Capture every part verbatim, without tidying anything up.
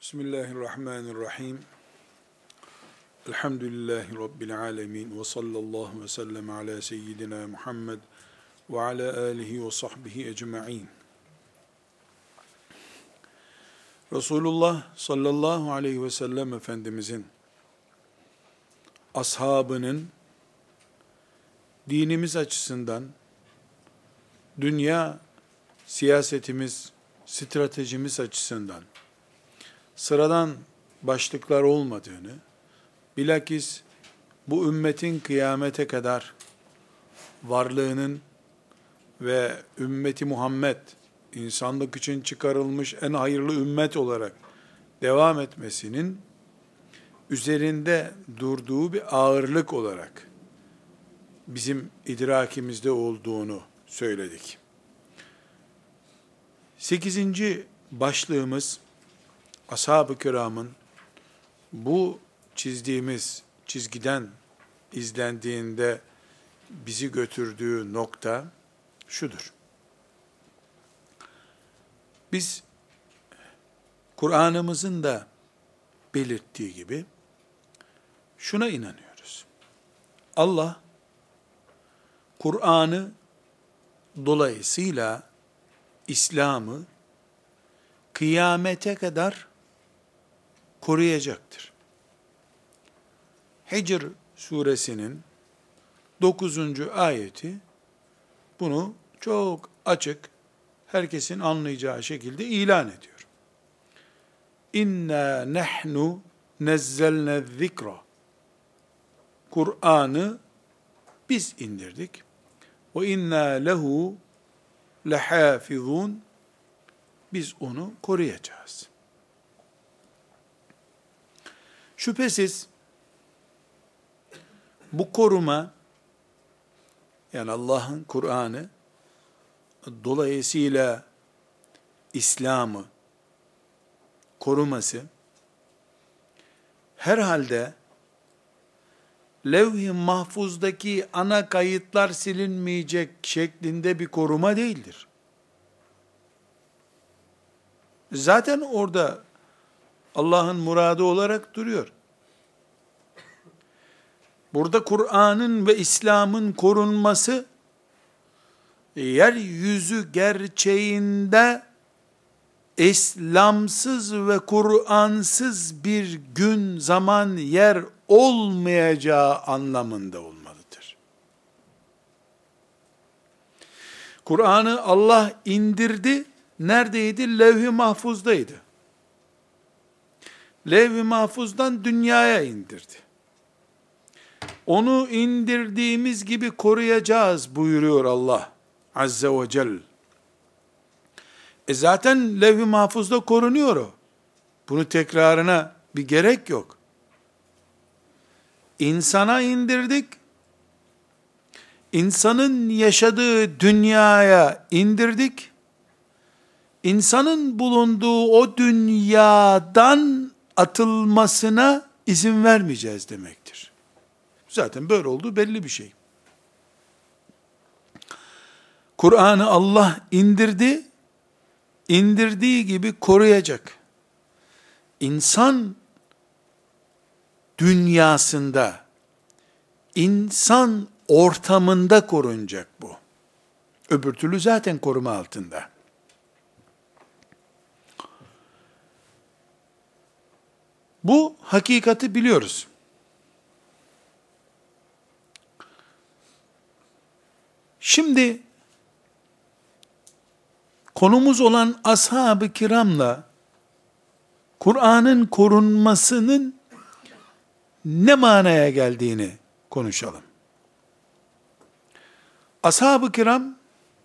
Bismillahirrahmanirrahim. Elhamdülillahi Rabbil alemin. Ve sallallahu ve sellem ala seyyidina Muhammed ve ala alihi ve sahbihi ecma'in. Resulullah sallallahu aleyhi ve sellem Efendimizin ashabının dinimiz açısından dünya siyasetimiz, stratejimiz açısından sıradan başlıklar olmadığını, bilakis bu ümmetin kıyamete kadar varlığının ve ümmeti Muhammed, insanlık için çıkarılmış en hayırlı ümmet olarak devam etmesinin üzerinde durduğu bir ağırlık olarak bizim idrakimizde olduğunu söyledik. Sekizinci başlığımız, Ashab-ı kiramın bu çizdiğimiz çizgiden izlendiğinde bizi götürdüğü nokta şudur. Biz Kur'an'ımızın da belirttiği gibi şuna inanıyoruz. Allah Kur'an'ı dolayısıyla İslam'ı kıyamete kadar koruyacaktır. Hicr suresinin dokuzuncu ayeti bunu çok açık, herkesin anlayacağı şekilde ilan ediyor. İnna nahnu nezzelne zikra. Kur'an'ı biz indirdik. Ve inna lehu lehafizun. Biz onu koruyacağız. Şüphesiz bu koruma, yani Allah'ın Kur'an'ı, dolayısıyla İslam'ı koruması, herhalde levh-i mahfuzdaki ana kayıtlar silinmeyecek şeklinde bir koruma değildir. Zaten orada Allah'ın muradı olarak duruyor. Burada Kur'an'ın ve İslam'ın korunması, yeryüzü gerçeğinde İslamsız ve Kur'ansız bir gün, zaman, yer olmayacağı anlamında olmalıdır. Kur'an'ı Allah indirdi. Neredeydi? Levh-i mahfuzdaydı. Levh-i mahfuzdan dünyaya indirdi. Onu indirdiğimiz gibi koruyacağız buyuruyor Allah Azze ve Celle. E zaten levh-i mahfuzda korunuyor o. Bunu tekrarına bir gerek yok. İnsana indirdik. İnsanın yaşadığı dünyaya indirdik. İnsanın bulunduğu o dünyadan atılmasına izin vermeyeceğiz demektir. Zaten böyle olduğu belli bir şey. Kur'an'ı Allah indirdi, indirdiği gibi koruyacak. İnsan dünyasında, insan ortamında korunacak bu. Öbür türlü zaten koruma altında. Bu hakikati biliyoruz. Şimdi konumuz olan ashab-ı kiramla Kur'an'ın korunmasının ne manaya geldiğini konuşalım. Ashab-ı kiram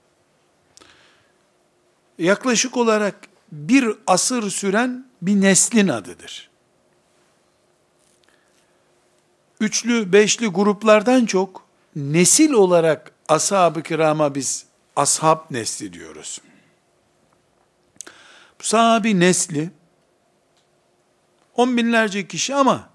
yaklaşık olarak bir asır süren bir neslin adıdır. Üçlü, beşli gruplardan çok nesil olarak ashab-ı kirama biz ashab nesli diyoruz. Bu sahabi nesli on binlerce kişi ama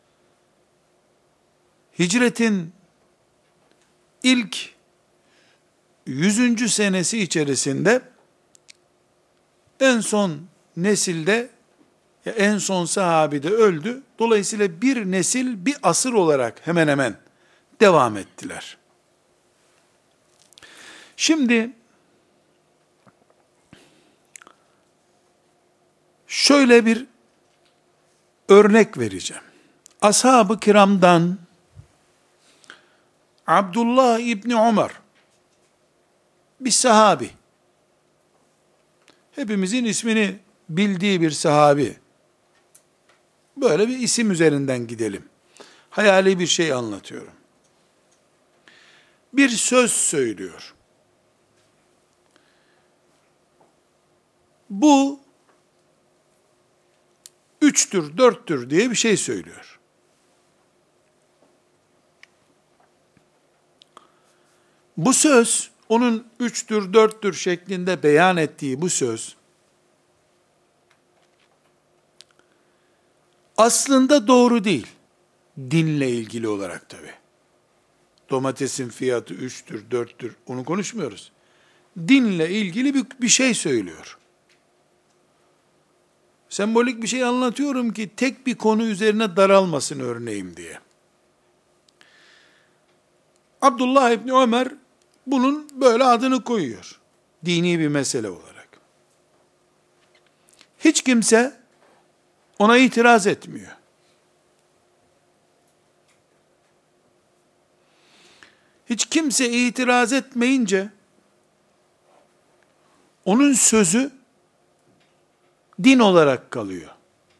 hicretin ilk yüzüncü senesi içerisinde en son nesilde Ya en son sahabi de öldü. Dolayısıyla bir nesil, bir asır olarak hemen hemen devam ettiler. Şimdi şöyle bir örnek vereceğim. Ashab-ı kiramdan Abdullah İbni Ömer, bir sahabi, hepimizin ismini bildiği bir sahabi, böyle bir isim üzerinden gidelim. Hayali bir şey anlatıyorum. Bir söz söylüyor. Bu üçtür, dörttür diye bir şey söylüyor. Bu söz, onun üçtür, dörttür şeklinde beyan ettiği bu söz, aslında doğru değil. Dinle ilgili olarak tabii. Domatesin fiyatı üçtür, dörttür, onu konuşmuyoruz. Dinle ilgili bir, bir şey söylüyor. Sembolik bir şey anlatıyorum ki tek bir konu üzerine daralmasın örneğim diye. Abdullah İbni Ömer bunun böyle adını koyuyor. Dini bir mesele olarak. Hiç kimse ona itiraz etmiyor. Hiç kimse itiraz etmeyince onun sözü din olarak kalıyor.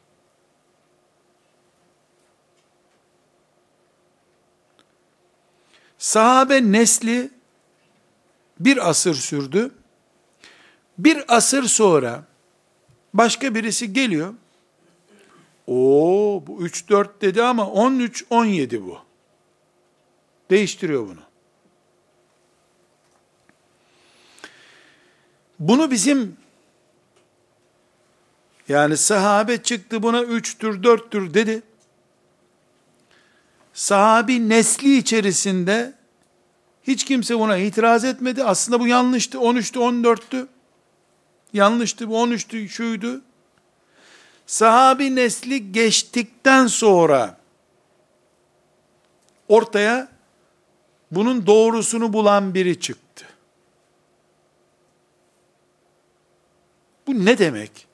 Sahabe nesli bir asır sürdü. Bir asır sonra başka birisi geliyor. Oo, bu üç dört dedi ama on üç on yedi bu. Değiştiriyor bunu. Bunu bizim, yani sahabe çıktı buna üçtür, dörttür dedi. Sahabi nesli içerisinde hiç kimse buna itiraz etmedi. Aslında bu yanlıştı, on üçtü, on dörttü. Yanlıştı, bu on üçtü, şuydu. Sahabi nesli geçtikten sonra ortaya bunun doğrusunu bulan biri çıktı. Bu ne demek?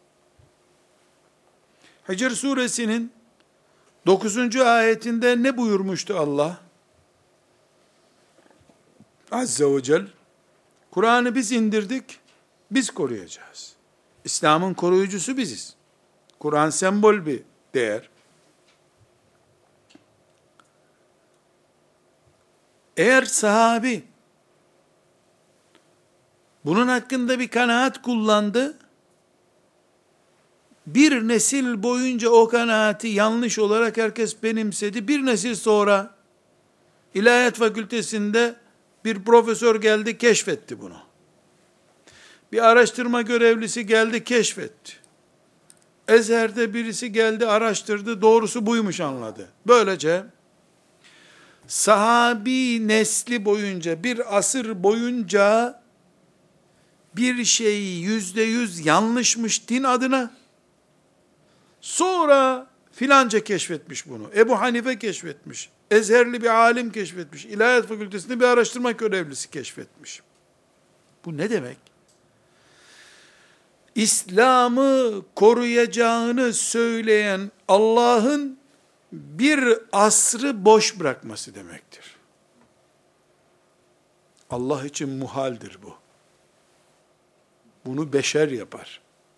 Hicr suresinin dokuzuncu ayetinde ne buyurmuştu Allah? Azze ve Celle, Kur'an'ı biz indirdik, biz koruyacağız. İslam'ın koruyucusu biziz. Kur'an sembol bir değer. Eğer sahabi bunun hakkında bir kanaat kullandı, bir nesil boyunca o kanaati yanlış olarak herkes benimsedi. Bir nesil sonra İlahiyat Fakültesinde bir profesör geldi, keşfetti bunu. Bir araştırma görevlisi geldi, keşfetti. Ezher'de birisi geldi, araştırdı, doğrusu buymuş anladı. Böylece sahabi nesli boyunca, bir asır boyunca bir şey yüzde yüz yanlışmış din adına, sonra filanca keşfetmiş bunu. Ebu Hanife keşfetmiş. Ezherli bir alim keşfetmiş. İlahiyat Fakültesi'nde bir araştırma görevlisi keşfetmiş. Bu ne demek? İslam'ı koruyacağını söyleyen Allah'ın bir asrı boş bırakması demektir. Allah için muhaldir bu. Bunu beşer yapar.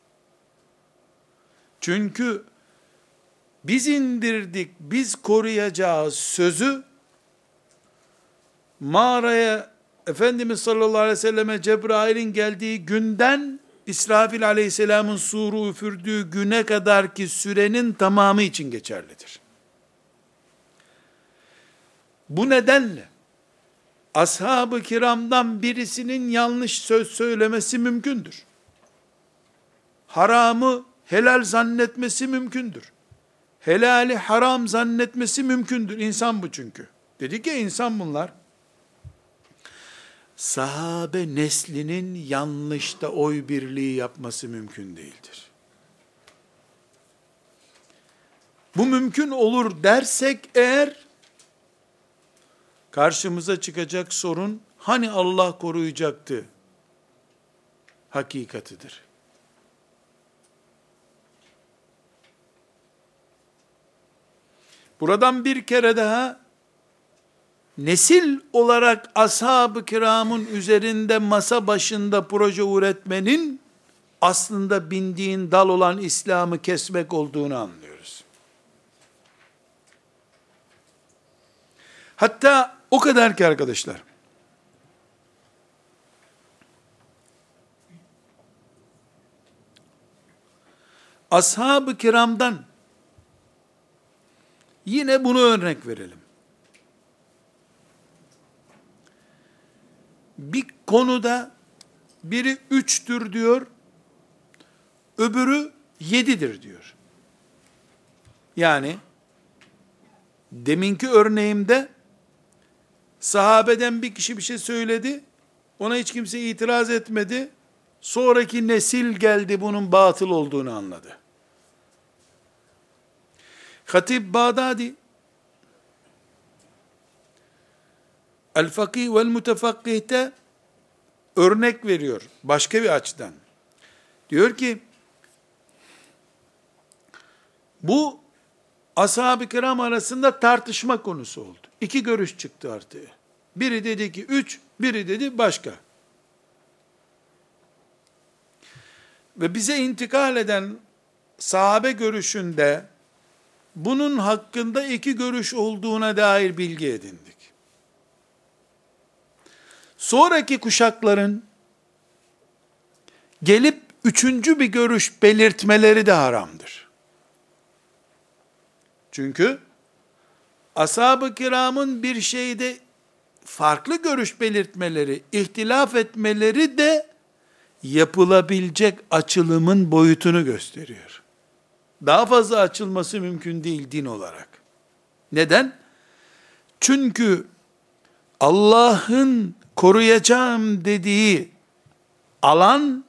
Çünkü biz indirdik, biz koruyacağız sözü, mağaraya Efendimiz sallallahu aleyhi ve selleme Cebrail'in geldiği günden İsrafil aleyhisselamın suru üfürdüğü güne kadar ki sürenin tamamı için geçerlidir. Bu nedenle ashab-ı kiramdan birisinin yanlış söz söylemesi mümkündür. Haramı helal zannetmesi mümkündür. Helali haram zannetmesi mümkündür. İnsan bu çünkü. Dedik ya, insan bunlar. Sahabe neslinin yanlışta oy birliği yapması mümkün değildir. bu mümkün olur dersek eğer, karşımıza çıkacak sorun, hani Allah koruyacaktı hakikatidir. Buradan bir kere daha, nesil olarak ashab-ı kiramın üzerinde masa başında proje üretmenin, aslında bindiğin dal olan İslam'ı kesmek olduğunu anlıyoruz. Hatta o kadar ki arkadaşlar, ashab-ı kiramdan yine bunu örnek verelim. Bir konuda biri üçtür diyor, öbürü yedidir diyor. Yani deminki örneğimde sahabeden bir kişi bir şey söyledi, ona hiç kimse itiraz etmedi. Sonraki nesil geldi bunun batıl olduğunu anladı. Hatib Bağdadi El-Fakih vel-Mutefakkih'te örnek veriyor başka bir açıdan. Diyor ki, bu ashab-ı kiram arasında tartışma konusu oldu. İki görüş çıktı ortaya. Biri dedi ki üç, biri dedi başka. Ve bize intikal eden sahabe görüşünde bunun hakkında iki görüş olduğuna dair bilgi edindik. Sonraki kuşakların gelip üçüncü bir görüş belirtmeleri de haramdır. Çünkü ashab-ı kiramın bir şeyde farklı görüş belirtmeleri, ihtilaf etmeleri de yapılabilecek açılımın boyutunu gösteriyor. Daha fazla açılması mümkün değil din olarak. Neden? Çünkü Allah'ın koruyacağım dediği alan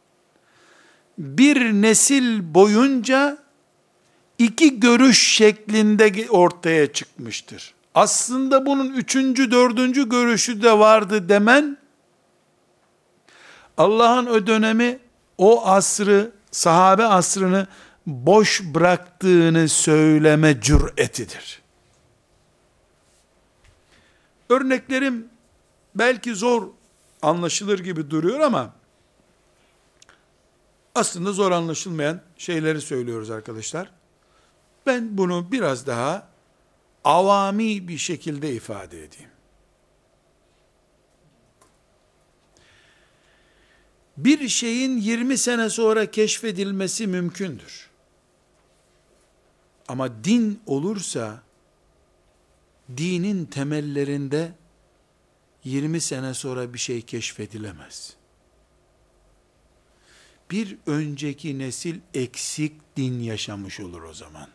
bir nesil boyunca iki görüş şeklinde ortaya çıkmıştır. Aslında bunun üçüncü, dördüncü görüşü de vardı demen, Allah'ın o dönemi, o asrı, sahabe asrını boş bıraktığını söyleme cüretidir. Örneklerim belki zor anlaşılır gibi duruyor ama aslında zor anlaşılmayan şeyleri söylüyoruz arkadaşlar. Ben bunu biraz daha avami bir şekilde ifade edeyim. Bir şeyin yirmi sene sonra keşfedilmesi mümkündür. Ama din olursa, dinin temellerinde yirmi sene sonra bir şey keşfedilemez. Bir önceki nesil eksik din yaşamış olur o zaman.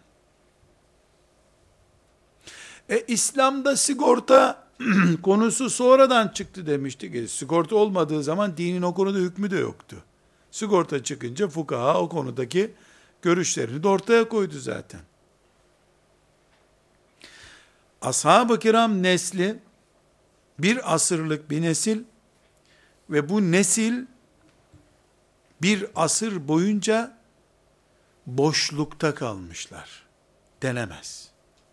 E İslam'da sigorta konusu sonradan çıktı demiştik. E, sigorta olmadığı zaman dinin o konuda hükmü de yoktu. Sigorta çıkınca fukaha o konudaki görüşlerini de ortaya koydu zaten. Ashab-ı kiram nesli bir asırlık bir nesil ve bu nesil bir asır boyunca boşlukta kalmışlar. Denemez.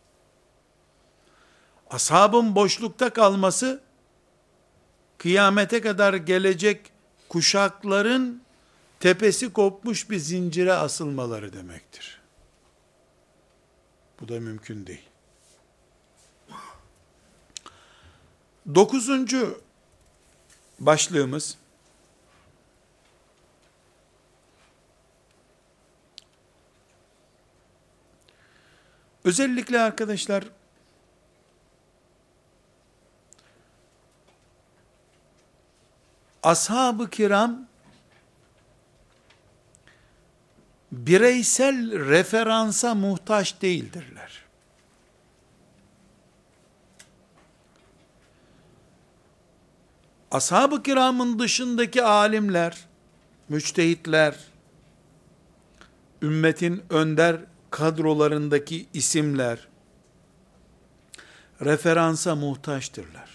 Ashabın boşlukta kalması, kıyamete kadar gelecek kuşakların tepesi kopmuş bir zincire asılmaları demektir. Bu da mümkün değil. Dokuzuncu başlığımız, özellikle arkadaşlar, ashab-ı kiram bireysel referansa muhtaç değildirler. Ashab-ı kiramın dışındaki alimler, müçtehitler, ümmetin önder kadrolarındaki isimler referansa muhtaçtırlar.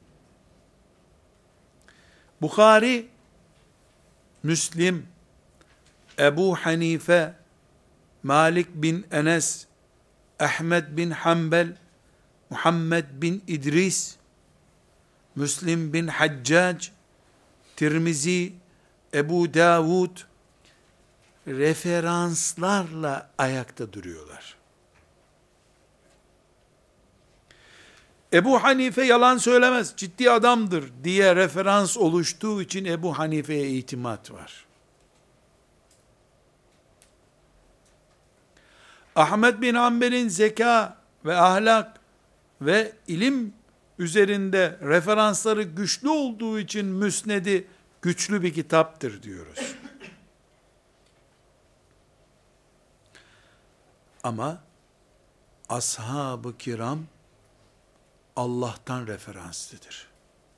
Bukhari, Müslim, Ebu Hanife, Malik bin Enes, Ahmed bin Hanbel, Muhammed bin İdris, Müslim bin Haccac, Tirmizi, Ebu Davud, referanslarla ayakta duruyorlar. Ebu Hanife yalan söylemez, ciddi adamdır diye referans oluştuğu için Ebu Hanife'ye itimat var. Ahmed bin Hanbel'in zeka ve ahlak ve ilim üzerinde referansları güçlü olduğu için Müsned'i güçlü bir kitaptır diyoruz. Ama ashab-ı kiram Allah'tan referanslıdır.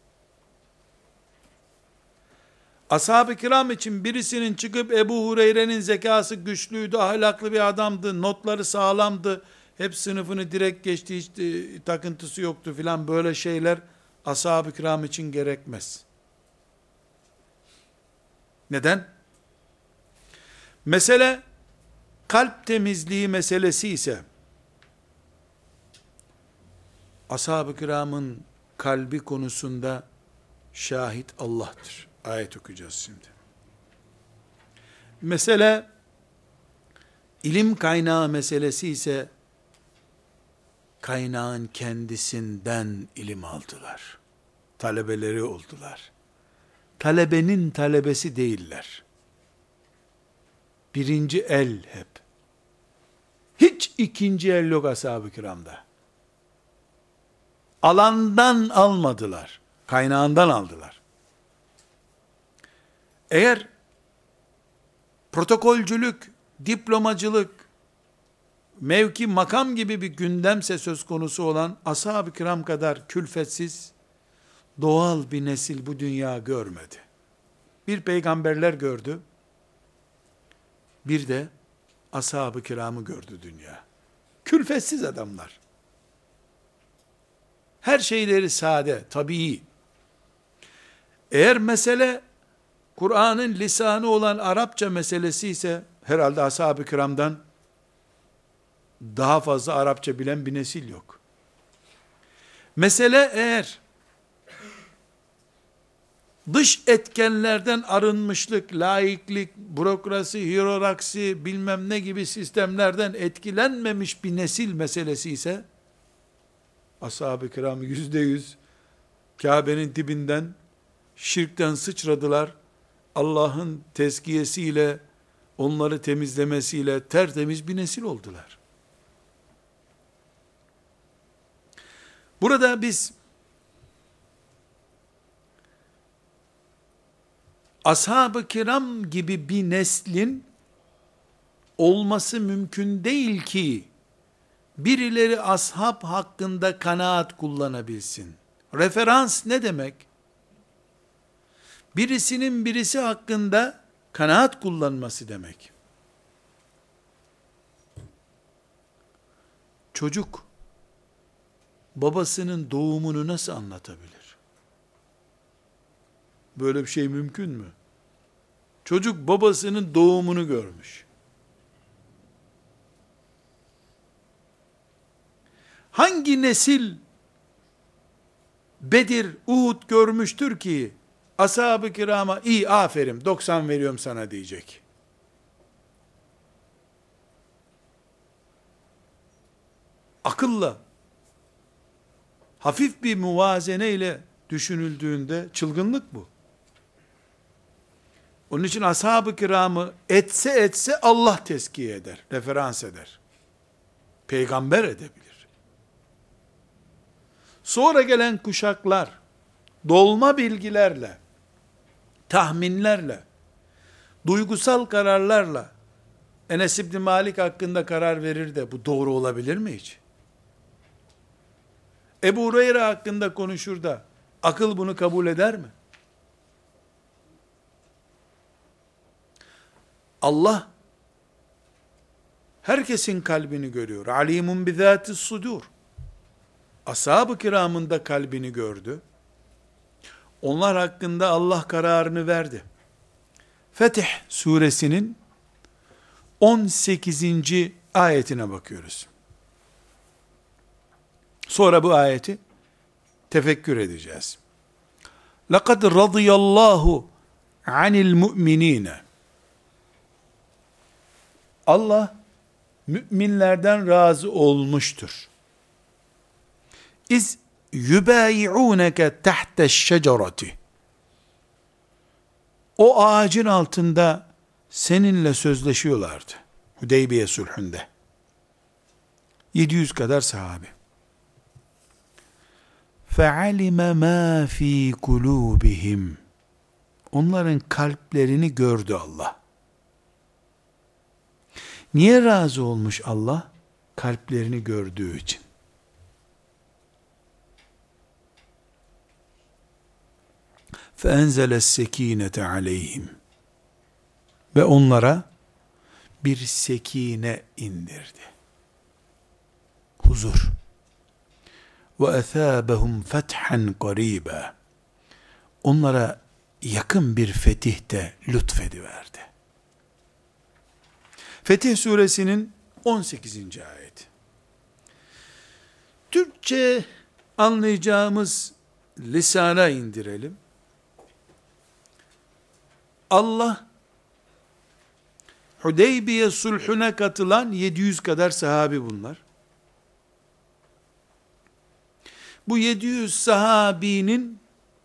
Ashab-ı kiram için birisinin çıkıp Ebu Hureyre'nin zekası güçlüydü, ahlaklı bir adamdı, notları sağlamdı, hep sınıfını direkt geçti, hiç takıntısı yoktu filan, böyle şeyler ashab-ı kiram için gerekmez. Neden? Mesele kalp temizliği meselesi ise ashab-ı kiramın kalbi konusunda şahit Allah'tır. Ayet okuyacağız şimdi. Mesele ilim kaynağı meselesi ise kaynağın kendisinden ilim aldılar. Talebeleri oldular. Talebenin talebesi değiller. Birinci el hep. Hiç ikinci el yok ashab-ı kiramda. Alandan almadılar. Kaynağından aldılar. Eğer protokolcülük, diplomacılık, mevki, makam gibi bir gündemse söz konusu olan ashab-ı kiram kadar külfetsiz, doğal bir nesil bu dünya görmedi. Bir peygamberler gördü, bir de ashab-ı kiramı gördü dünya. Külfetsiz adamlar. Her şeyleri sade, tabii. Eğer mesele Kur'an'ın lisanı olan Arapça meselesi ise herhalde ashab-ı kiramdan daha fazla Arapça bilen bir nesil yok. Mesele eğer dış etkenlerden arınmışlık, laiklik, bürokrasi, hiyerarşi, bilmem ne gibi sistemlerden etkilenmemiş bir nesil meselesi ise ashab-ı kiram yüzde yüz Kabe'nin dibinden şirkten sıçradılar. Allah'ın tezkiyesiyle, onları temizlemesiyle tertemiz bir nesil oldular. Burada biz ashab-ı kiram gibi bir neslin olması mümkün değil ki birileri ashab hakkında kanaat kullanabilsin. Referans ne demek? Birisinin birisi hakkında kanaat kullanması demek. Çocuk babasının doğumunu nasıl anlatabilir? Böyle bir şey mümkün mü? Çocuk babasının doğumunu görmüş. Hangi nesil Bedir, Uhud görmüştür ki ashab-ı kirama iyi, aferin, doksan veriyorum sana diyecek? Akılla, hafif bir muvazene ile düşünüldüğünde çılgınlık bu. Onun için ashab-ı kiramı etse etse Allah tezkiye eder, referans eder. Peygamber edebilir. Sonra gelen kuşaklar, dolma bilgilerle, tahminlerle, duygusal kararlarla, Enes İbni Malik hakkında karar verir de bu doğru olabilir mi hiç? Ebu Hureyre hakkında konuşur da akıl bunu kabul eder mi? Allah herkesin kalbini görüyor. Alimun bizâtis sudur. Ashab-ı kiramın da kalbini gördü. Onlar hakkında Allah kararını verdi. Fetih suresinin on sekizinci ayetine bakıyoruz. Sonra bu ayeti tefekkür edeceğiz. لَقَدْ رَضِيَ اللّٰهُ عَنِ الْمُؤْمِنِينَ Allah müminlerden razı olmuştur. İz yubayi'unke tahte şecereti. O ağacın altında seninle sözleşiyorlardı. Hudeybiye sulhünde. yedi yüz kadar sahabe. فَعَلِمَ مَا ف۪ي قُلُوبِهِمْ Onların kalplerini gördü Allah. Niye razı olmuş Allah? Kalplerini gördüğü için. فَاَنْزَلَ السَّك۪ينَةَ عَلَيْهِمْ Ve onlara bir sekine indirdi. Huzur. وَاَثَابَهُمْ فَتْحًا قَر۪يبًا Onlara yakın bir fetih de lütfediverdi. Fetih suresinin on sekizinci ayeti. Türkçe anlayacağımız lisana indirelim. Allah Hudeybiye sulhüne katılan yedi yüz kadar sahabi bunlar. Bu yedi yüz sahabinin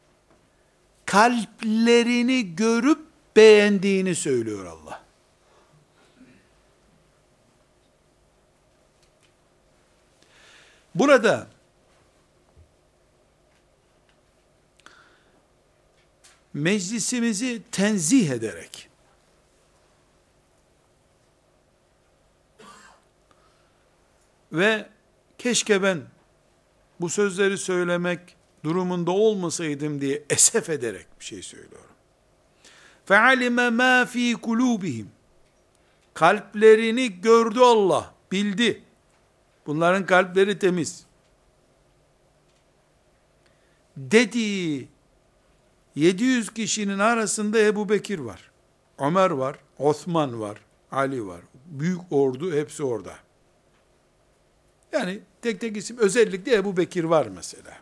kalplerini görüp beğendiğini söylüyor Allah. Burada meclisimizi tenzih ederek ve keşke ben bu sözleri söylemek durumunda olmasaydım diye esef ederek bir şey söylüyorum. فَعَلِمَ مَا ف۪ي قُلُوبِهِمْ Kalplerini gördü Allah, bildi. Bunların kalpleri temiz. Dediği yedi yüz kişinin arasında Ebu Bekir var, Ömer var, Osman var, Ali var. Büyük ordu hepsi orada. Yani tek tek isim, özellikle Ebu Bekir var mesela.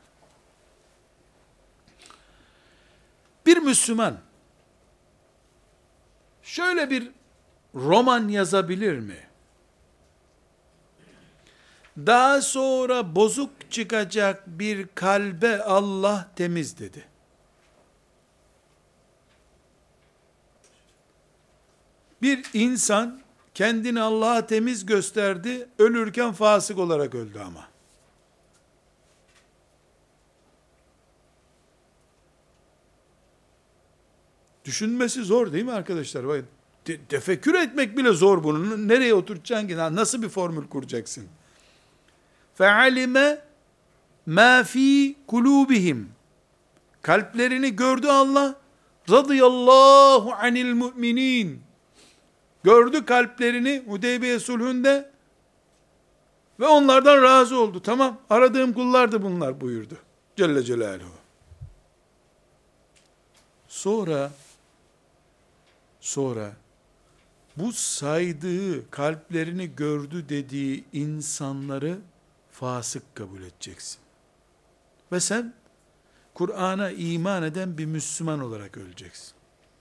Bir Müslüman şöyle bir roman yazabilir mi? Daha sonra bozuk çıkacak bir kalbe Allah temiz dedi. Bir insan kendini Allah'a temiz gösterdi, ölürken fasık olarak öldü ama. Düşünmesi zor değil mi arkadaşlar? Bakın, te- tefekkür etmek bile zor bunu. Nereye oturtacaksın ki? Nasıl bir formül kuracaksın? فَعَلِمَ مَا ف۪ي قُلُوبِهِمْ Kalplerini gördü Allah. radıyallahu anil müminin. Gördü kalplerini Hudeybiye sulhünde ve onlardan razı oldu. Tamam, aradığım kullardı bunlar buyurdu Celle Celaluhu. Sonra sonra bu saydığı, kalplerini gördü dediği insanları fasık kabul edeceksin. Ve sen Kur'an'a iman eden bir Müslüman olarak öleceksin.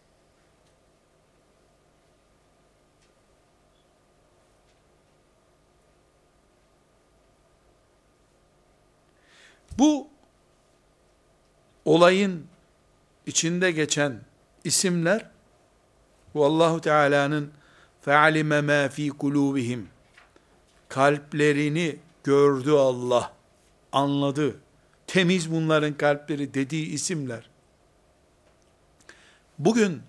Bu olayın içinde geçen isimler, bu Allahu Teala'nın fe'alime ma fi kulubihim, kalplerini gördü Allah, anladı, temiz bunların kalpleri dediği isimler. Bugün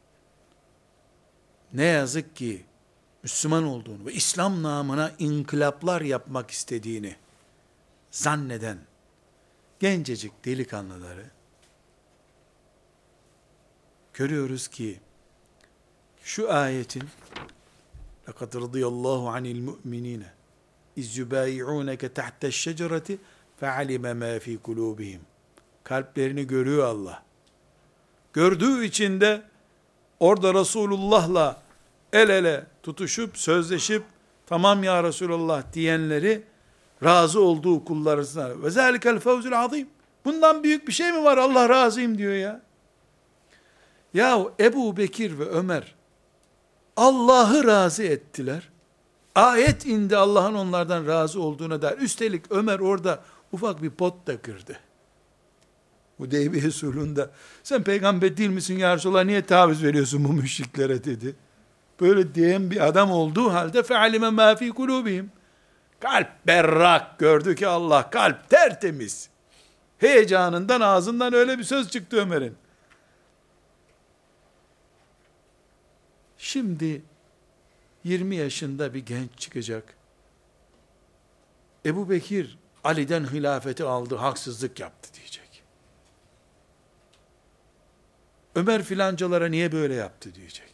ne yazık ki Müslüman olduğunu ve İslam namına inkılaplar yapmak istediğini zanneden gencecik delikanlıları görüyoruz ki şu ayetin لَقَدْ رَضِيَ اللّٰهُ عَنِ الْمُؤْمِنِينَ اِذْ يُبَايِعُونَكَ تَحْتَ الشَّجَرَةِ فَعَلِمَ مَا فِي قُلُوبِهِمْ. Kalplerini görüyor Allah. Gördüğü için de orada Resulullah'la el ele tutuşup, sözleşip, tamam ya Resulullah diyenleri razı olduğu kullarına. Ve zâlikel fevzul azîm. Bundan büyük bir şey mi var? Allah razıyım diyor ya. Yahu Ebu Bekir ve Ömer Allah'ı razı ettiler. Ayet indi Allah'ın onlardan razı olduğuna dair. Üstelik Ömer orada ufak bir pot da kırdı. Hudeybiye sulhunda sen peygamber değil misin ya Resulallah, niye taviz veriyorsun bu müşriklere dedi. Böyle diyen bir adam olduğu halde fe'alime mâ fî kulûbihim. Kalp berrak, gördü ki Allah, kalp tertemiz. Heyecanından ağzından öyle bir söz çıktı Ömer'in. Şimdi yirmi yaşında bir genç çıkacak. Ebu Bekir Ali'den hilafeti aldı, haksızlık yaptı diyecek. Ömer filancalara niye böyle yaptı diyecek.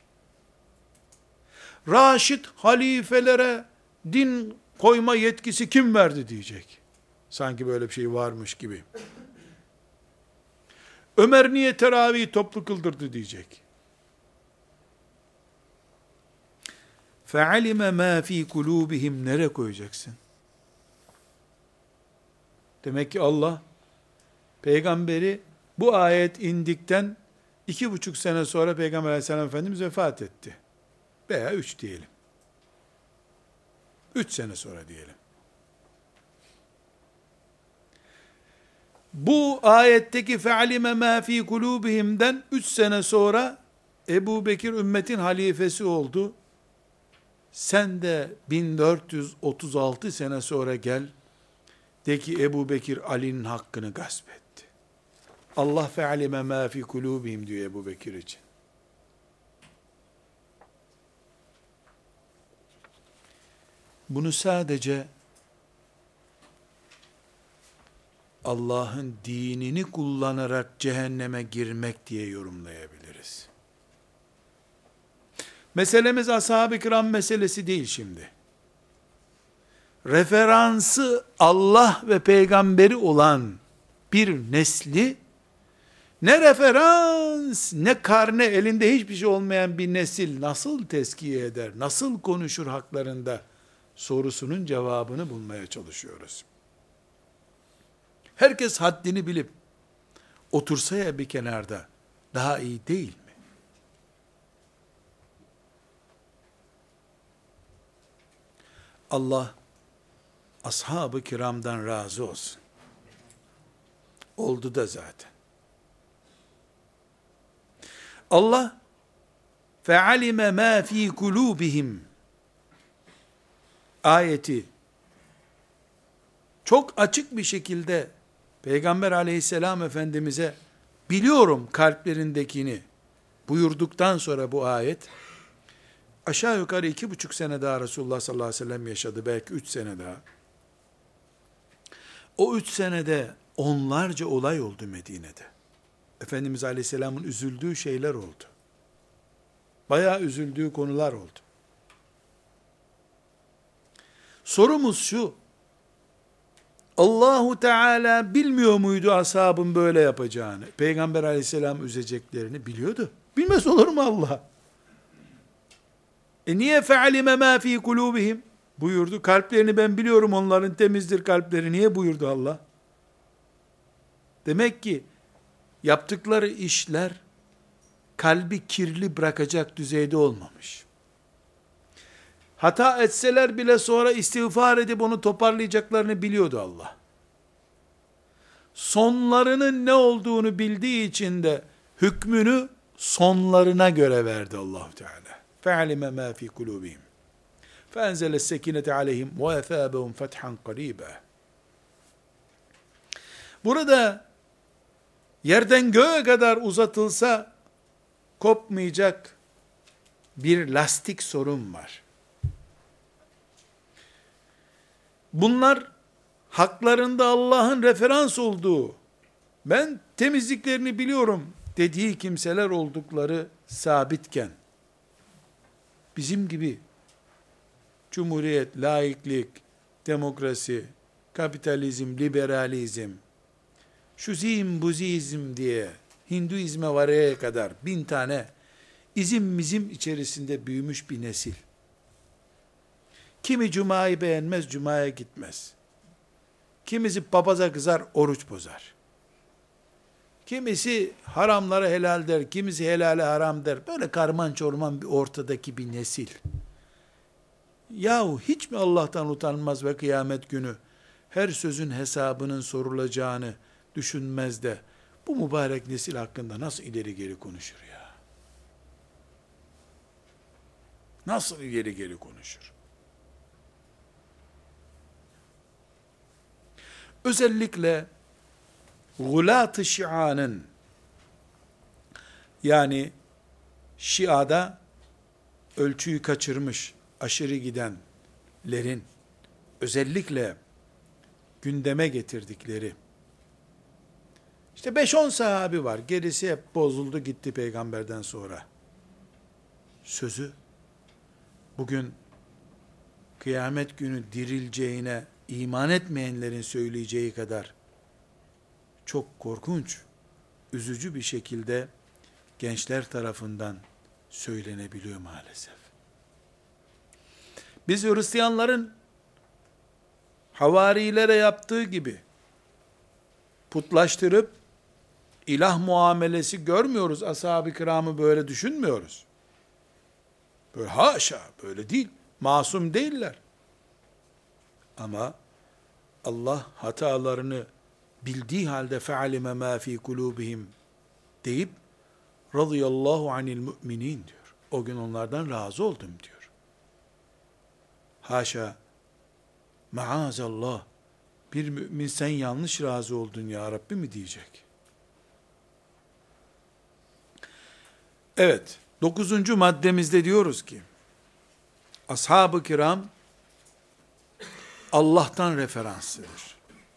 Raşid halifelere din koyma yetkisi kim verdi diyecek. Sanki böyle bir şey varmış gibi. Ömer niye teravih toplu kıldırdı diyecek. فَعَلِمَ مَا ف۪ي قُلُوبِهِمْ nereye koyacaksın? Demek ki Allah, peygamberi bu ayet indikten iki buçuk sene sonra Peygamber aleyhisselam Efendimiz vefat etti. Veya üç diyelim. Üç sene sonra diyelim. Bu ayetteki فَعَلِمَ مَا ف۪ي قُلُوبِهِم'den üç sene sonra Ebu Bekir ümmetin halifesi oldu. Sen de bin dört yüz otuz altı sene sonra gel, de ki Ebu Bekir Ali'nin hakkını gasp etti. Allah fe'alime mâ fî kulûbihim diyor Ebu Bekir için. Bunu sadece Allah'ın dinini kullanarak cehenneme girmek diye yorumlayabiliriz. Meselemiz ashab-ı kiram meselesi değil şimdi. Referansı Allah ve peygamberi olan bir nesli, ne referans, ne karne, elinde hiçbir şey olmayan bir nesil nasıl tezkiye eder, nasıl konuşur haklarında sorusunun cevabını bulmaya çalışıyoruz. Herkes haddini bilip otursa ya bir kenarda, daha iyi değil mi? Allah ashab-ı kiramdan razı olsun. Oldu da zaten. Allah fe'alime mâ fî kulûbihim ayeti çok açık bir şekilde Peygamber aleyhisselam Efendimiz'e biliyorum kalplerindekini buyurduktan sonra bu ayet, aşağı yukarı iki buçuk sene daha Resulullah sallallahu aleyhi ve sellem yaşadı, belki üç sene daha. O üç senede onlarca olay oldu Medine'de. Efendimiz aleyhisselamın üzüldüğü şeyler oldu. Bayağı üzüldüğü konular oldu. Sorumuz şu, Allahu Teala bilmiyor muydu ashabın böyle yapacağını? Peygamber aleyhisselam üzeceklerini biliyordu. Bilmez olur mu Allah? E niye fe'alime mâ fî kulûbihim buyurdu? Kalplerini ben biliyorum, onların temizdir kalpleri. Niye buyurdu Allah? Demek ki yaptıkları işler kalbi kirli bırakacak düzeyde olmamış. Hata etseler bile sonra istiğfar edip onu toparlayacaklarını biliyordu Allah. Sonlarının ne olduğunu bildiği için de hükmünü sonlarına göre verdi Allah Teala. Fe'alime mâ fî kulûbihim. Fe'enzeles sekinete aleyhim ve efâbehum fethan qarîbâ. Burada yerden göğe kadar uzatılsa kopmayacak bir lastik sorun var. Bunlar haklarında Allah'ın referans olduğu, ben temizliklerini biliyorum dediği kimseler oldukları sabitken, bizim gibi Cumhuriyet, laiklik, demokrasi, kapitalizm, liberalizm, şu zim buzizm diye Hinduizme varaya kadar bin tane izim mizim içerisinde büyümüş bir nesil. Kimi cumayı beğenmez, cumaya gitmez. Kimisi papaza kızar, oruç bozar. Kimisi haramları helal der, kimisi helale haram der. Böyle karman çorman bir ortadaki bir nesil. Yahu hiç mi Allah'tan utanmaz ve kıyamet günü her sözün hesabının sorulacağını düşünmez de bu mübarek nesil hakkında nasıl ileri geri konuşur ya? Nasıl ileri geri konuşur? Özellikle Gulat-ı Şia'nın, yani Şia'da ölçüyü kaçırmış, aşırı gidenlerin özellikle gündeme getirdikleri, işte beş on sahabi var, gerisi hep bozuldu gitti peygamberden sonra sözü, bugün kıyamet günü dirileceğine iman etmeyenlerin söyleyeceği kadar çok korkunç, üzücü bir şekilde gençler tarafından söylenebiliyor maalesef. Biz Hristiyanların havarilere yaptığı gibi putlaştırıp ilah muamelesi görmüyoruz. Ashab-ı kiramı böyle düşünmüyoruz. Böyle haşa, böyle değil. Masum değiller. Ama Allah hatalarını bildiği halde fe'alime ma fi kulubihim deyip radıyallahu anil müminin diyor. O gün onlardan razı oldum diyor. Haşa, maazallah, bir mümin sen yanlış razı oldun ya Rabbi mi diyecek? Evet, dokuzuncu maddemizde diyoruz ki, ashab-ı kiram Allah'tan referanslıdır.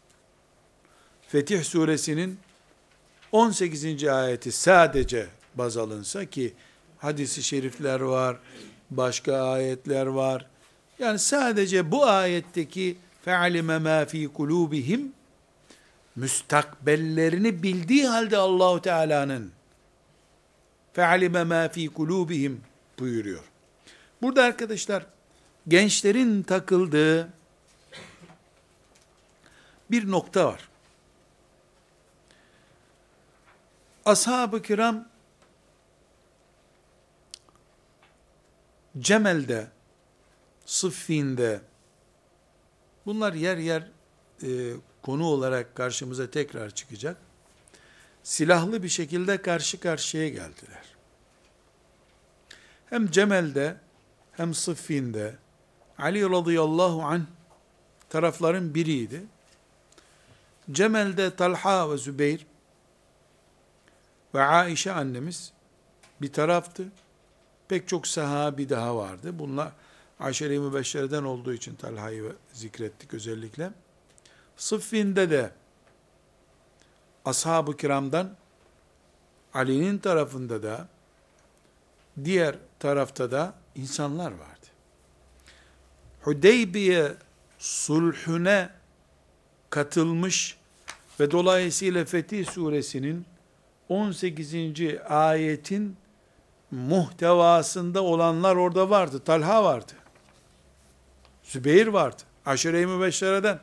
Fetih suresinin on sekizinci ayeti sadece baz alınsa ki hadis-i şerifler var, başka ayetler var. Yani sadece bu ayetteki fe'alime ma fi kulubihim müstakbellerini bildiği halde Allahu Teala'nın fe'alime ma fi kulubihim buyuruyor. Burada arkadaşlar gençlerin takıldığı bir nokta var. Ashab-ı kiram Cemel'de, Sıffin'de, bunlar yer yer e, konu olarak karşımıza tekrar çıkacak. Silahlı bir şekilde karşı karşıya geldiler. Hem Cemel'de hem Sıffin'de Ali radıyallahu anh tarafların biriydi. Cemel'de Talha ve Zübeyir ve Aişe annemiz bir taraftı. Pek çok sahabi daha vardı. Bunlar Aşere-i Mübeşşere'den olduğu için Talha'yı zikrettik özellikle. Sıffin'de de ashab-ı kiramdan Ali'nin tarafında da diğer tarafta da insanlar vardı. Hudeybiye sulhüne katılmış ve dolayısıyla Fetih suresinin on sekizinci ayetin muhtevasında olanlar orada vardı. Talha vardı. Zübeyir vardı. Aşere-i Mübeşşere'den.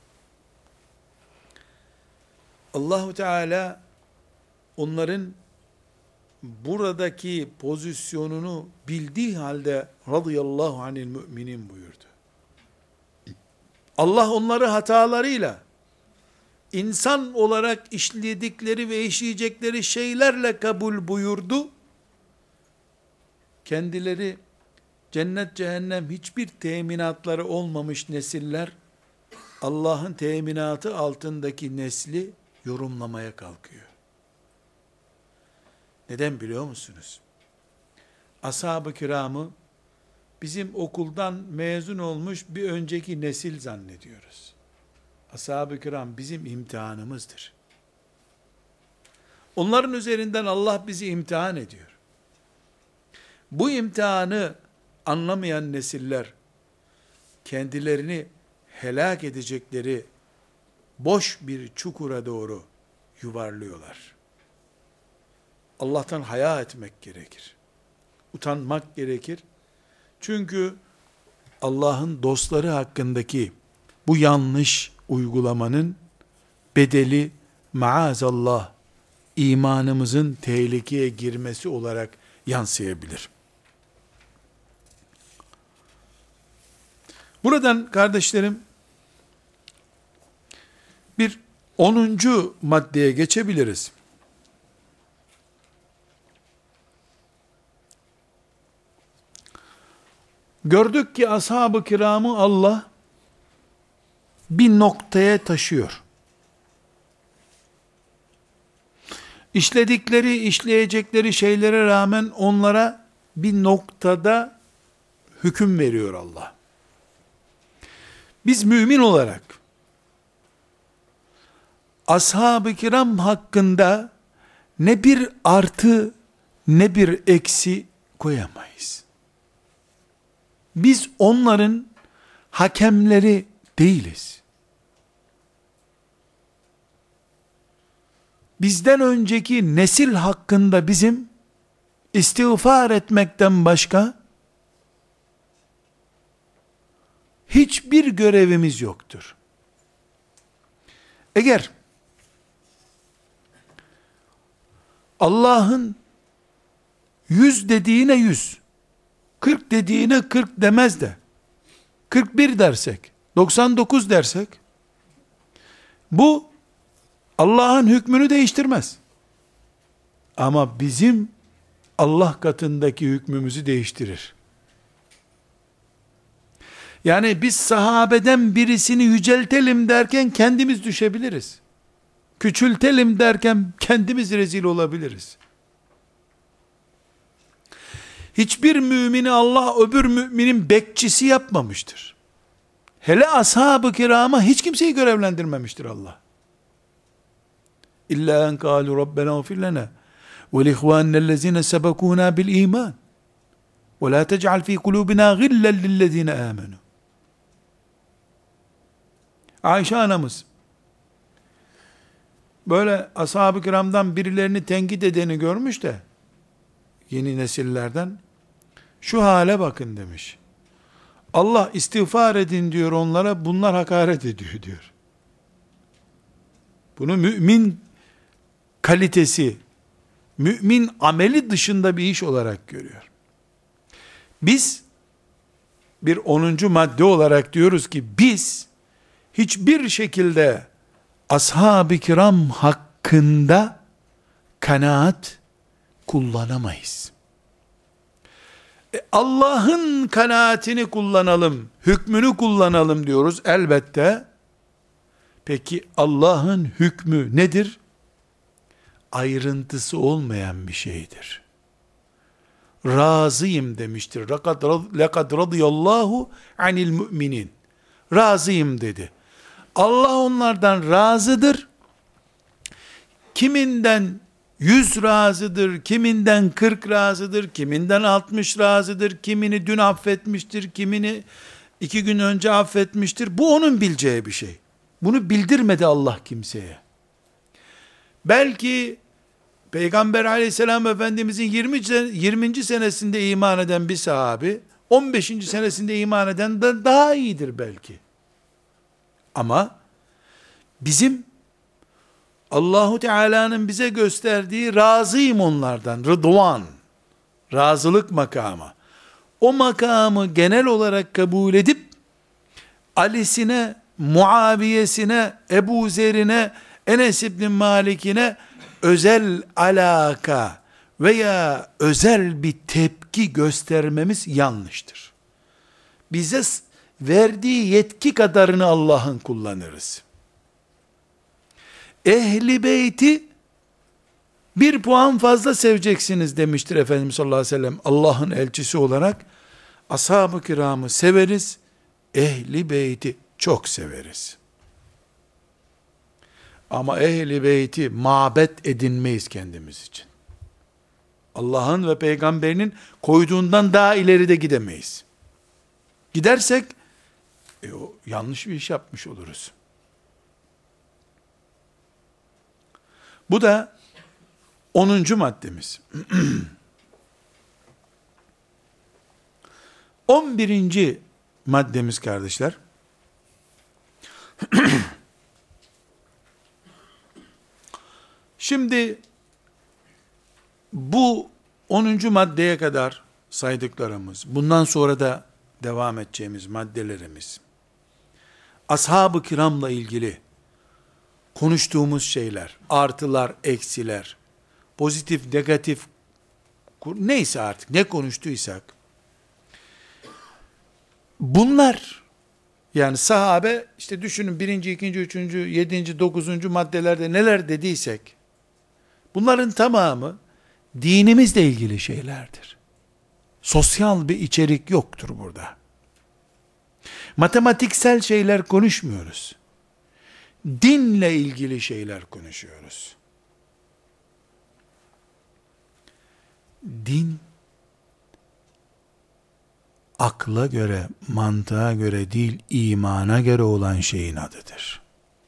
Allahu Teala onların buradaki pozisyonunu bildiği halde radıyallahu anil müminin buyurdu. Allah onları hatalarıyla, insan olarak işledikleri ve işleyecekleri şeylerle kabul buyurdu. Kendileri cennet cehennem hiçbir teminatları olmamış nesiller, Allah'ın teminatı altındaki nesli yorumlamaya kalkıyor. Neden biliyor musunuz? Ashab-ı kiramı bizim okuldan mezun olmuş bir önceki nesil zannediyoruz. Ashab-ı kiram bizim imtihanımızdır. Onların üzerinden Allah bizi imtihan ediyor. Bu imtihanı anlamayan nesiller, kendilerini helak edecekleri boş bir çukura doğru yuvarlıyorlar. Allah'tan haya etmek gerekir. Utanmak gerekir. Çünkü Allah'ın dostları hakkındaki bu yanlış uygulamanın bedeli maazallah imanımızın tehlikeye girmesi olarak yansıyabilir. Buradan kardeşlerim bir onuncu maddeye geçebiliriz. Gördük ki ashab-ı kiramı Allah bir noktaya taşıyor. İşledikleri, işleyecekleri şeylere rağmen onlara bir noktada hüküm veriyor Allah. Biz mümin olarak ashab-ı kiram hakkında ne bir artı ne bir eksi koyamayız. Biz onların hakemleri değiliz. Bizden önceki nesil hakkında bizim istiğfar etmekten başka hiçbir görevimiz yoktur. Eğer Allah'ın yüz dediğine yüz, kırk dediğine kırk demez de, kırk bir dersek, doksan dokuz dersek, bu Allah'ın hükmünü değiştirmez. Ama bizim Allah katındaki hükmümüzü değiştirir. Yani biz sahabeden birisini yüceltelim derken kendimiz düşebiliriz. Küçültelim derken kendimiz rezil olabiliriz. Hiçbir mümini Allah öbür müminin bekçisi yapmamıştır. Hele ashab-ı kirama hiç kimseyi görevlendirmemiştir Allah. İlla en kâlu Rabbena gfir lena ve lihvânellezîne sebekûnâ bil iman ve lâ tec'al fî kulûbina gillen lillezîne âmenû. Ayşe anamız böyle ashab-ı kiramdan birilerini tenkit edeni görmüş de yeni nesillerden şu hale bakın demiş. Allah istiğfar edin diyor onlara, bunlar hakaret ediyor diyor. Bunu mümin kalitesi, mümin ameli dışında bir iş olarak görüyor. Biz bir onuncu madde olarak diyoruz ki biz hiçbir şekilde ashab-ı kiram hakkında kanaat kullanamayız. E Allah'ın kanaatini kullanalım, hükmünü kullanalım diyoruz elbette. Peki Allah'ın hükmü nedir? Ayrıntısı olmayan bir şeydir. Razıyım demiştir. Lekad radıyallahu anil müminin. Razıyım dedi. Allah onlardan razıdır. Kiminden yüz razıdır, kiminden kırk razıdır, kiminden altmış razıdır, kimini dün affetmiştir, kimini iki gün önce affetmiştir. Bu onun bileceği bir şey. Bunu bildirmedi Allah kimseye. Belki Peygamber aleyhisselam Efendimizin yirminci senesinde iman eden bir sahabi, on beşinci senesinde iman eden de daha iyidir belki. Ama bizim Allahu Teala'nın bize gösterdiği razıyım onlardan, rıdvan, razılık makamı. O makamı genel olarak kabul edip Ali'sine, Muaviye'sine, Ebu Zer'ine, Enes İbn Malik'ine özel alaka veya özel bir tepki göstermemiz yanlıştır. Bize verdiği yetki kadarını Allah'ın kullanırız. Ehli beyti bir puan fazla seveceksiniz demiştir Efendimiz sallallahu aleyhi ve sellem. Allah'ın elçisi olarak ashab-ı kiramı severiz, ehli beyti çok severiz. Ama ehli beyti mabet edinmeyiz kendimiz için. Allah'ın ve peygamberinin koyduğundan daha ileride gidemeyiz. Gidersek E o yanlış bir iş yapmış oluruz. Bu da onuncu maddemiz. On birinci maddemiz kardeşler. Şimdi bu onuncu maddeye kadar saydıklarımız, bundan sonra da devam edeceğimiz maddelerimiz, ashab-ı kiramla ilgili konuştuğumuz şeyler, artılar, eksiler, pozitif, negatif, neyse artık ne konuştuysak, bunlar, yani sahabe, işte düşünün birinci, ikinci, üçüncü, yedinci, dokuzuncu maddelerde neler dediysek, bunların tamamı dinimizle ilgili şeylerdir. Sosyal bir içerik yoktur burada. Matematiksel şeyler konuşmuyoruz. Dinle ilgili şeyler konuşuyoruz. Din, akla göre, mantığa göre değil, imana göre olan şeyin adıdır.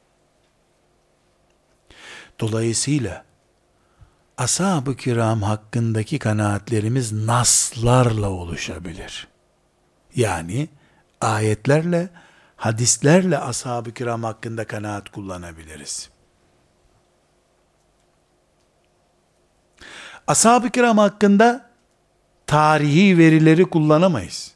Dolayısıyla, ashab-ı kiram hakkındaki kanaatlerimiz naslarla oluşabilir. Yani, ayetlerle, hadislerle ashab-ı kiram hakkında kanaat kullanabiliriz. Ashab-ı kiram hakkında tarihi verileri kullanamayız.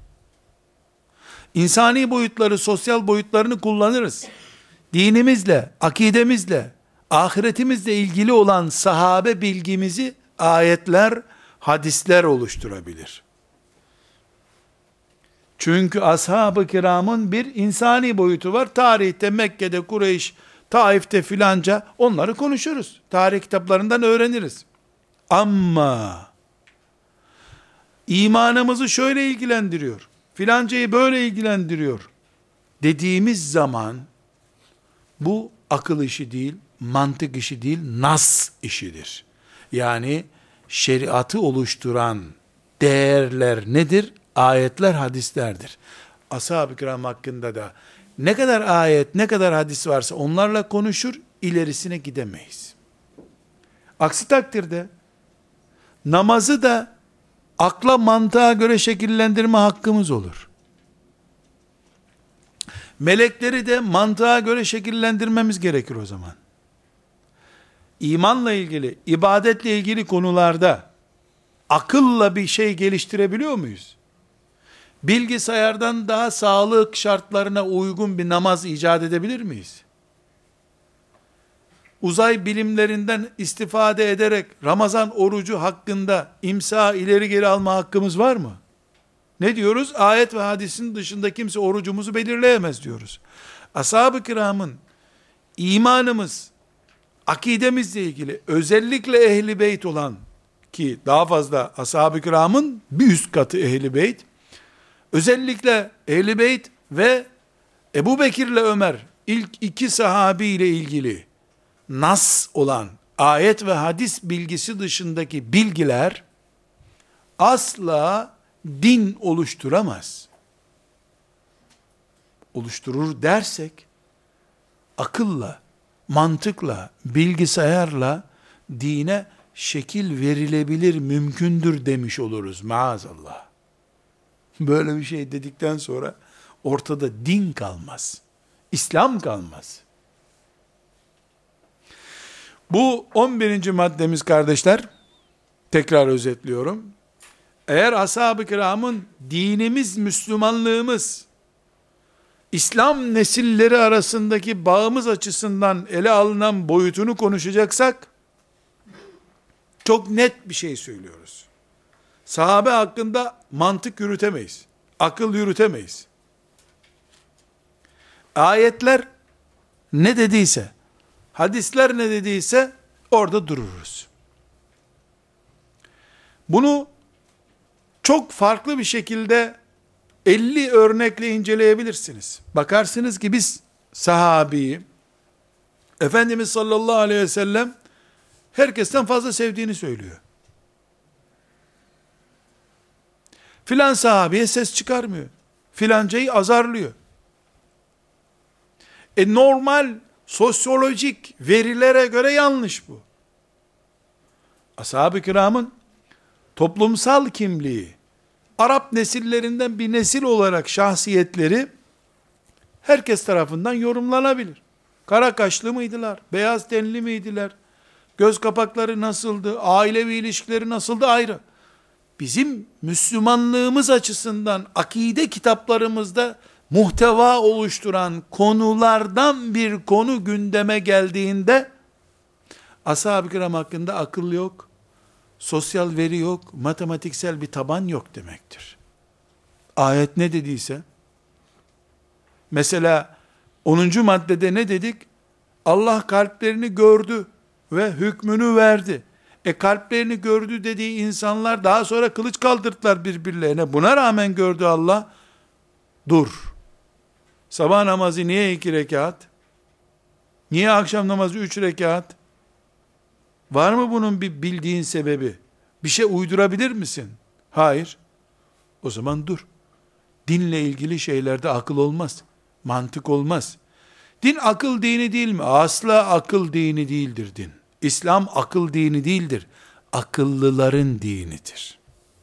İnsani boyutları, sosyal boyutlarını kullanırız. Dinimizle, akidemizle, ahiretimizle ilgili olan sahabe bilgimizi ayetler, hadisler oluşturabilir. Çünkü ashab-ı kiramın bir insani boyutu var. Tarihte, Mekke'de, Kureyş, Taif'te filanca, onları konuşuruz. Tarih kitaplarından öğreniriz. Ama imanımızı şöyle ilgilendiriyor, filancayı böyle ilgilendiriyor dediğimiz zaman, bu akıl işi değil, mantık işi değil, nas işidir. Yani şeriatı oluşturan değerler nedir? Ayetler, hadislerdir. Ashab-ı kiram hakkında da ne kadar ayet, ne kadar hadis varsa onlarla konuşur, ilerisine gidemeyiz. Aksi takdirde namazı da akla, mantığa göre şekillendirme hakkımız olur. Melekleri de mantığa göre şekillendirmemiz gerekir o zaman. İmanla ilgili, ibadetle ilgili konularda akılla bir şey geliştirebiliyor muyuz? Bilgisayardan daha sağlık şartlarına uygun bir namaz icat edebilir miyiz? Uzay bilimlerinden istifade ederek Ramazan orucu hakkında imsa ileri geri alma hakkımız var mı? Ne diyoruz? Ayet ve hadisin dışında kimse orucumuzu belirleyemez diyoruz. Ashab-ı kiramın imanımız, akidemizle ilgili, özellikle ehli beyt olan, ki daha fazla ashab-ı kiramın bir üst katı ehli beyt, özellikle ehli beyt ve Ebu Bekir ile Ömer, ilk iki sahabi ile ilgili nas olan ayet ve hadis bilgisi dışındaki bilgiler asla din oluşturamaz. Oluşturur dersek, akılla, mantıkla, bilgisayarla dine şekil verilebilir, mümkündür demiş oluruz maazallah. Böyle bir şey dedikten sonra ortada din kalmaz. İslam kalmaz. Bu on birinci maddemiz kardeşler, tekrar özetliyorum. Eğer ashab-ı kiramın dinimiz, Müslümanlığımız, İslam nesilleri arasındaki bağımız açısından ele alınan boyutunu konuşacaksak, çok net bir şey söylüyoruz. Sahabe hakkında mantık yürütemeyiz. Akıl yürütemeyiz. Ayetler ne dediyse, hadisler ne dediyse orada dururuz. Bunu çok farklı bir şekilde elli örnekle inceleyebilirsiniz. Bakarsınız ki biz sahabeyi, Efendimiz sallallahu aleyhi ve sellem herkesten fazla sevdiğini söylüyor. Filan sahabeye ses çıkarmıyor. Filancayı azarlıyor. E normal sosyolojik verilere göre yanlış bu. Ashab-ı kiramın toplumsal kimliği, Arap nesillerinden bir nesil olarak şahsiyetleri herkes tarafından yorumlanabilir. Kara kaşlı mıydılar? Beyaz tenli miydiler? Göz kapakları nasıldı? Ailevi ilişkileri nasıldı? Ayrı. Bizim Müslümanlığımız açısından akide kitaplarımızda muhteva oluşturan konulardan bir konu gündeme geldiğinde ashab-ı kiram hakkında akıl yok, sosyal veri yok, matematiksel bir taban yok demektir. Ayet ne dediyse, mesela onuncu maddede ne dedik? Allah kalplerini gördü ve hükmünü verdi. E kalplerini gördü dediği insanlar daha sonra kılıç kaldırdılar birbirlerine. Buna rağmen gördü Allah. Dur. Sabah namazı niye iki rekat? Niye akşam namazı üç rekat? Var mı bunun bir bildiğin sebebi? Bir şey uydurabilir misin? Hayır. O zaman dur. Dinle ilgili şeylerde akıl olmaz. Mantık olmaz. Din akıl dini değil mi? Asla akıl dini değildir din. İslam akıl dini değildir. Akıllıların dinidir.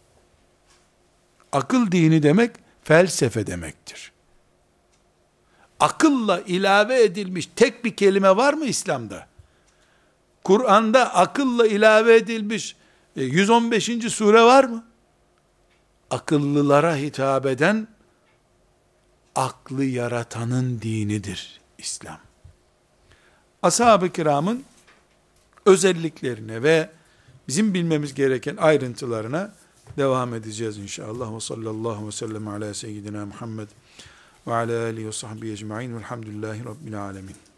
Akıl dini demek felsefe demektir. Akılla ilave edilmiş tek bir kelime var mı İslam'da? Kur'an'da akılla ilave edilmiş yüz on beşinci sure var mı? Akıllılara hitap eden aklı yaratanın dinidir İslam. Ashab-ı kiramın özelliklerine ve bizim bilmemiz gereken ayrıntılarına devam edeceğiz inşallah. Ve sallallahu ve sellem ala seyyidina Muhammed ve ala alihi ve sahbihi ecma'in velhamdülillahi rabbil alemin.